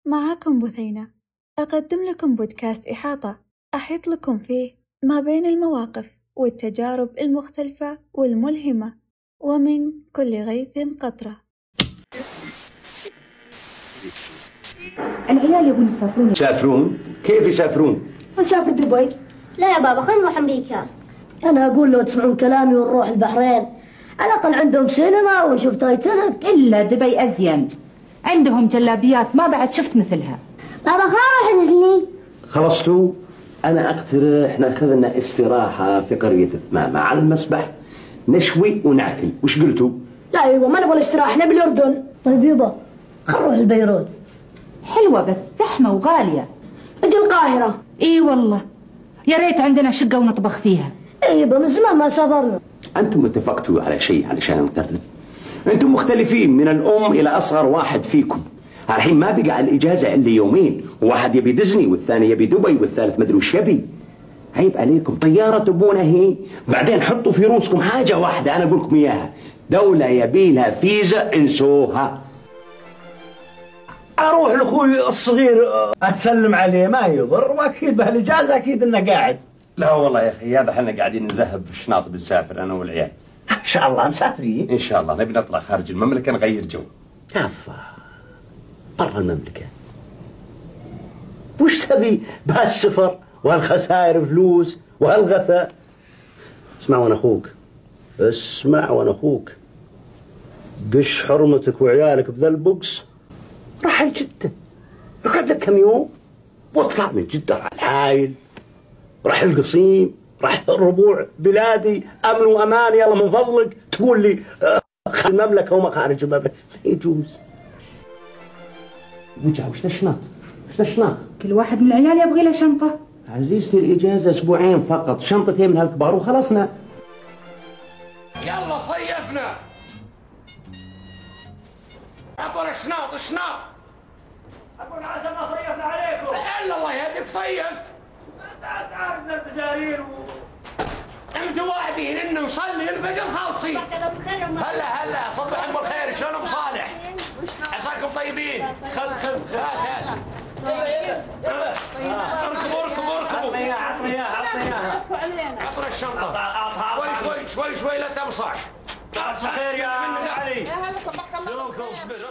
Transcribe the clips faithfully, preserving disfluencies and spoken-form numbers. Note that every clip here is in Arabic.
معاكم بثينة، أقدم لكم بودكاست إحاطة أحيط لكم فيه ما بين المواقف والتجارب المختلفة والملهمة، ومن كل غيث قطرة. العيال يبون يسافرون. يسافرون؟ كيف يسافرون؟ نسافر دبي. لا يا بابا، خلينا نروح أمريكا. أنا أقول لو تسمعون كلامي ونروح البحرين، على الأقل عندهم سينما ونشوف تايتانيك. إلا دبي أزين، عندهم جلابيات ما بعد شفت مثلها. بابا خلاص روح ديزني. خلصتوا؟ أنا أقترح ناخذ لنا استراحة في قرية ثمامة على المسبح، نشوي وناكل، وش قلتوا؟ لا يبا ما نبغى الاستراحة، نبي الأردن. طيب يبا خل نروح البيروت. حلوة بس زحمة وغالية. أجي القاهرة. إي والله يا ريت عندنا شقة ونطبخ فيها. إي يبا من زمان ما سافرنا. أنتم اتفقتوا على شيء علشان نقرب؟ أنتم مختلفين من الأم إلى أصغر واحد فيكم. الحين ما بقى على الإجازة إلا يومين، واحد يبي ديزني والثاني يبي دبي والثالث مدري وش يبي. عيب عليكم، طيارة تبونها هي؟ بعدين حطوا في روسكم حاجة واحدة أنا أقول لكم إياها، دولة يبي لها فيزا انسوها. أروح لأخوي الصغير أسلم عليه ما يضر، وأكيد بهالإجازة أكيد إنه قاعد. لا والله يا أخي هذا احنا قاعدين نذهب في الشناطب نسافر أنا والعيال. إن شاء الله مسافرين. إن شاء الله نبي نطلع خارج المملكة نغير جو. كفا برا المملكة وش تبي بهالسفر وهالخسائر فلوس وهالغثاء؟ اسمع وانا اخوك، اسمع وانا اخوك، قش حرمتك وعيالك بذا البوكس، رحل جدة، اقعد لك كم يوم واطلع من جدة على الحايل، رحل قصيم، رحل ربوع بلادي، امن وامان، يلا من فضلك تقول لي خارج المملكة وما خارج المملكة، لا يجوز. وجه وش ذا الشنط؟ وش ذا الشنط؟ كل واحد من العيال يبغي له شنطة. عزيزتي الإجازة أسبوعين فقط، شنطتين من هالكبار وخلصنا. يلا صيفنا. عطونا الشناط الشناط. أقول عسى ما صيفنا عليكم. إلا الله يهديك صيفت. أنت تعرفنا البزارين و... أنت واعدين إنه نصلي الفجر خالصين. هلا هلا صبحكم بالخير، شلونكم صالح؟ عساكم طيبين. خذ خذ خذ هات اركبوا اركبوا اركبوا. عطني اياها عطني اياها عطني اياها. عطنا الشنطة. شوي شوي شوي شوي لا تمصح. صباح الخير يا علي. يا هلا صبحك الله بالخير.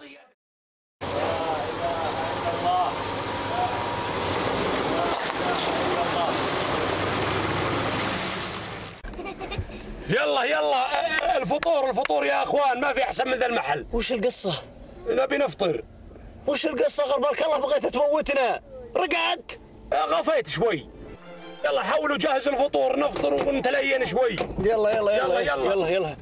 يلا يلا الفطور الفطور يا اخوان، ما في احسن من ذا المحل. وش القصة؟ نبي نفطر. وش القصة غربالك الله بغيت تموتنا؟ رقعت؟ غفيت شوي. يلا حولوا جهز الفطور نفطر ونتلين شوي. يلا يلا يلا يلا يلا يلا يلا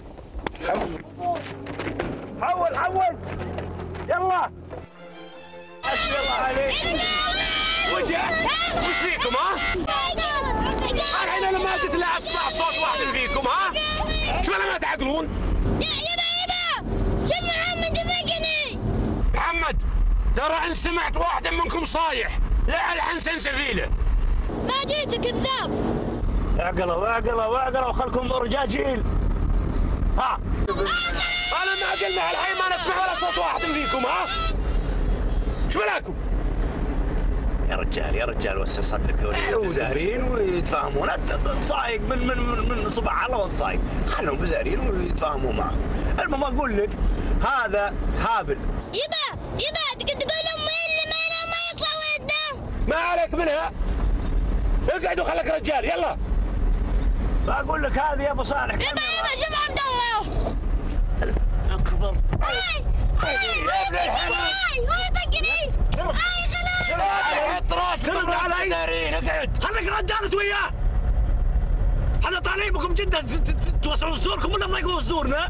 حول حول يلا. حسبي الله عليك. وجه وش فيكم ها؟ الحين انا ما زلت لا اسمع صوت واحد فيكم ها؟ شو ما تعقلون؟ يبا يبا شوف محمد ذقني. محمد ترى ان سمعت واحد منكم صايح لا الحين سنسفيله. ما جيت كذاب. اعقلوا اعقلوا اعقلوا خلكم رجاجيل. ها انا ما قلنا الحين ما نسمع ولا صوت واحد فيكم ها؟ شو بلاكم؟ يا رجال يا رجال وسع صدرك، ذولي بزارين ويتفاهمون. انت صايق من من من, من صباح الله وانت صايق، خلهم بزارين ويتفاهموا معه. المهم اقول لك هذا هابل. يبا يبا تقول امي اللي ما ينام ما يطلع ويده. ما عليك منها، اقعد وخلك رجال. يلا بقول لك هذه يا ابو صالح. يبا يبا شوف عبد الله اكبر. هاي هاي هاي هاي هاي طقني. هاي خلاص حط راسك ترد علي. اقعد خليك رجالة وياه. احنا طالعين بكم جدة توسعون صدوركم ولا تضيقون صدورنا؟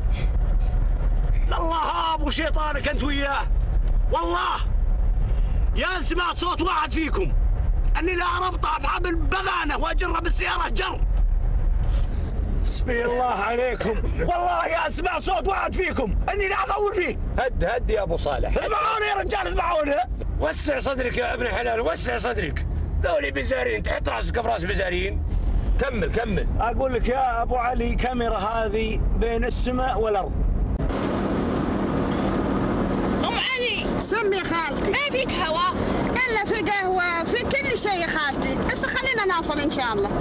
الله ابو شيطانك انت وياه. والله يا سمعت صوت واحد فيكم اني لا اربطه بحبل بذانه واجره بالسيارة جر. حسبي الله عليكم. والله يا اسمع صوت واحد فيكم اني لا اطول فيه. هد هد يا ابو صالح. اسمعوني يا رجال اسمعوني. وسع صدرك يا ابن الحلال وسع صدرك. ذولي بزارين تحط راسك براس بزارين. كمل كمل. اقول لك يا ابو علي كاميرا هذه بين السماء والارض. ام علي سمي خالتك. ما فيك هوا الا في قهوه في كل شيء يا خالتك، بس خلينا نوصل ان شاء الله.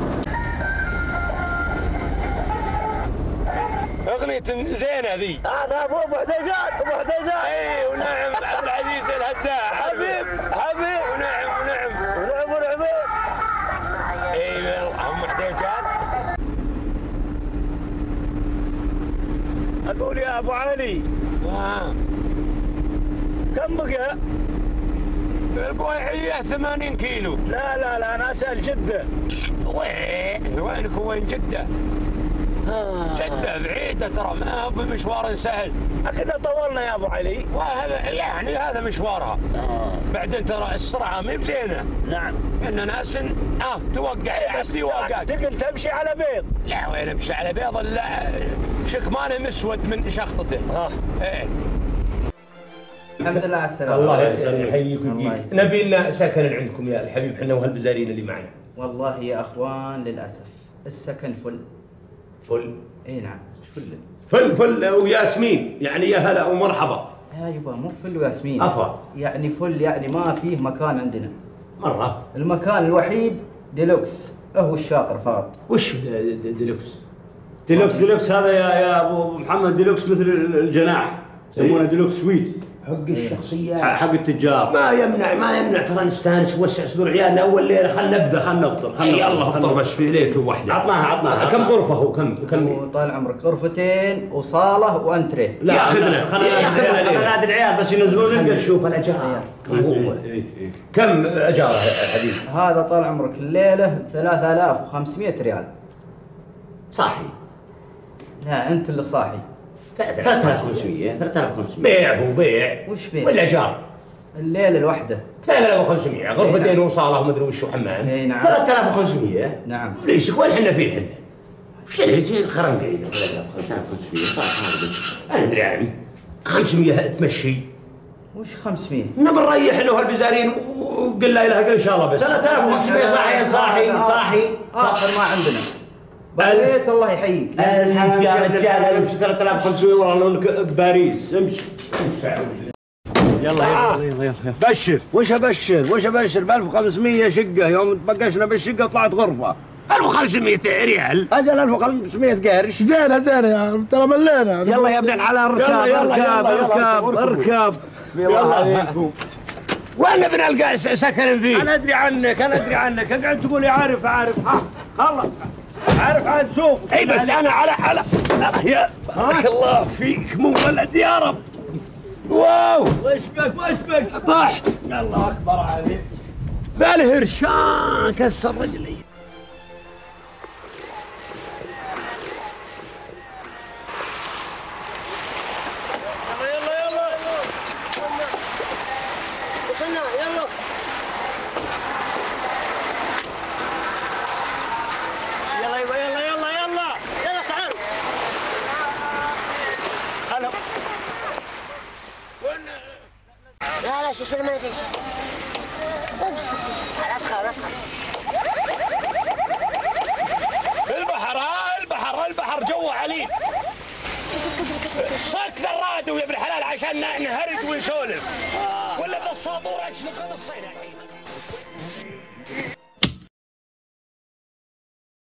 أغنية زينة ذي. هذا أبو محتاجات أبو محتاجات. إي ونعم عبد العزيز الهزاع. حبيب حبيب. ونعم ونعم ونعم ونعم. إي والله هم محتاجات. أقول يا أبو علي. آه. كم بقى؟ القويعية ثمانين كيلو. لا لا لا أنا أسأل جدة. وين؟ وينك وين جدة؟ آه. جدة بعيدة ترى ما هو بمشوار سهل. كذا طولنا يا أبو علي. وهذا يعني هذا مشوارها. آه. بعدين ترى السرعة ما بزينة. نعم. إن ناس آه توقع يحسي وقعت. تقل تمشي على بيض. لا وين امشي على بيض لا شكمانه مسود من شخطته. ها. ايه. الحمد لله على السلامة. الله يسلمك يحييك ويبقيك. نبي لنا سكن عندكم يا الحبيب احنا وهالبزارين اللي معنا. والله يا اخوان للاسف السكن فل. فل؟ اي نعم. ايش فل؟ فل فل وياسمين يعني يا هلا ومرحبا. لا يبا مو فل وياسمين. افا. يعني فل يعني ما فيه مكان عندنا. مرة. المكان الوحيد ديلوكس هو الشاطر فقط. وش ديلوكس؟ ديلوكس ديلوكس هذا يا يا ابو محمد ديلوكس مثل الجناح يسمونه ديلوكس سويت. حق الشخصيات حق التجار. ما يمنع ما يمنع ترى نستانس ونوسع صدور عيالنا اول ليله خلنا نبدا خلنا نفطر خلنا يلا افطر بس في ليله واحده. عطناها عطناها. كم غرفه هو كم كم؟ وطال عمرك غرفتين وصاله وانتريه. لا ياخذنا خلنا نادي العيال بس ينزلون لنا نشوف الاجار كم هو كم اجاره حبيبي؟ هذا طال عمرك الليله ثلاثة آلاف وخمسمئة ريال. صاحي. لا انت اللي صاحي. ثلاثة آلاف وخمسمئة ثلاثة آلاف وخمسمئة بيع هو بيع. وش بيع؟ ولا ايجار؟ الليله الواحده ثلاثة آلاف وخمسمئة غرفتين وصاله ومدري وش وحمام. اي نعم. ثلاثة آلاف وخمسمئة. نعم. فليسك وين احنا فيه احنا؟ وش اللي خرنقه اذا ثلاثة آلاف وخمسمئة صح انا ادري عني خمسمئة تمشي. وش خمسمئة؟ نبي نريح له هالبزارين وقل لا اله الا ان شاء الله بس. ثلاثة آلاف وخمسمئة صاحي صاحي صاحي اخر ما عندنا. بغيت الله يحييك. الف يا رجال امشي ثلاثة آلاف وخمسمئة والله لك بباريس امشي. يلا يلا يلا يلا بشر. وش ابشر وش ابشر ب ألف وخمسمئة شقه يوم تبقشنا بالشقه طلعت غرفه. ألف وخمسمئة ريال. اجل ألف وخمسمئة قرش. زينه زينه يا ترى ملينا. يلا يا ابن الحلال اركب اركب اركب اركب. يلا عليكم. وين بنلقى سكن فيه؟ انا ادري عنك انا ادري عنك اقعد تقول لي عارف عارف ها خلص عارف عاد شوف. اي بس انا على على يا بارك الله فيك مو ولد يا رب. واو وش بك وش بك؟ طحت. الله اكبر عليك. بالهرشان كسر رجلي. وصلنا يلا. يلا يلا يلا يلا يلا يلا تعال. هلا. لا لا شو ما ادري. ادخل ادخل. البحر ها البحر البحر جوا علي. صك ذا الراديو يا ابن الحلال عشان نهرج ونسولف. ولا بالصابور ايش نخلص الحين.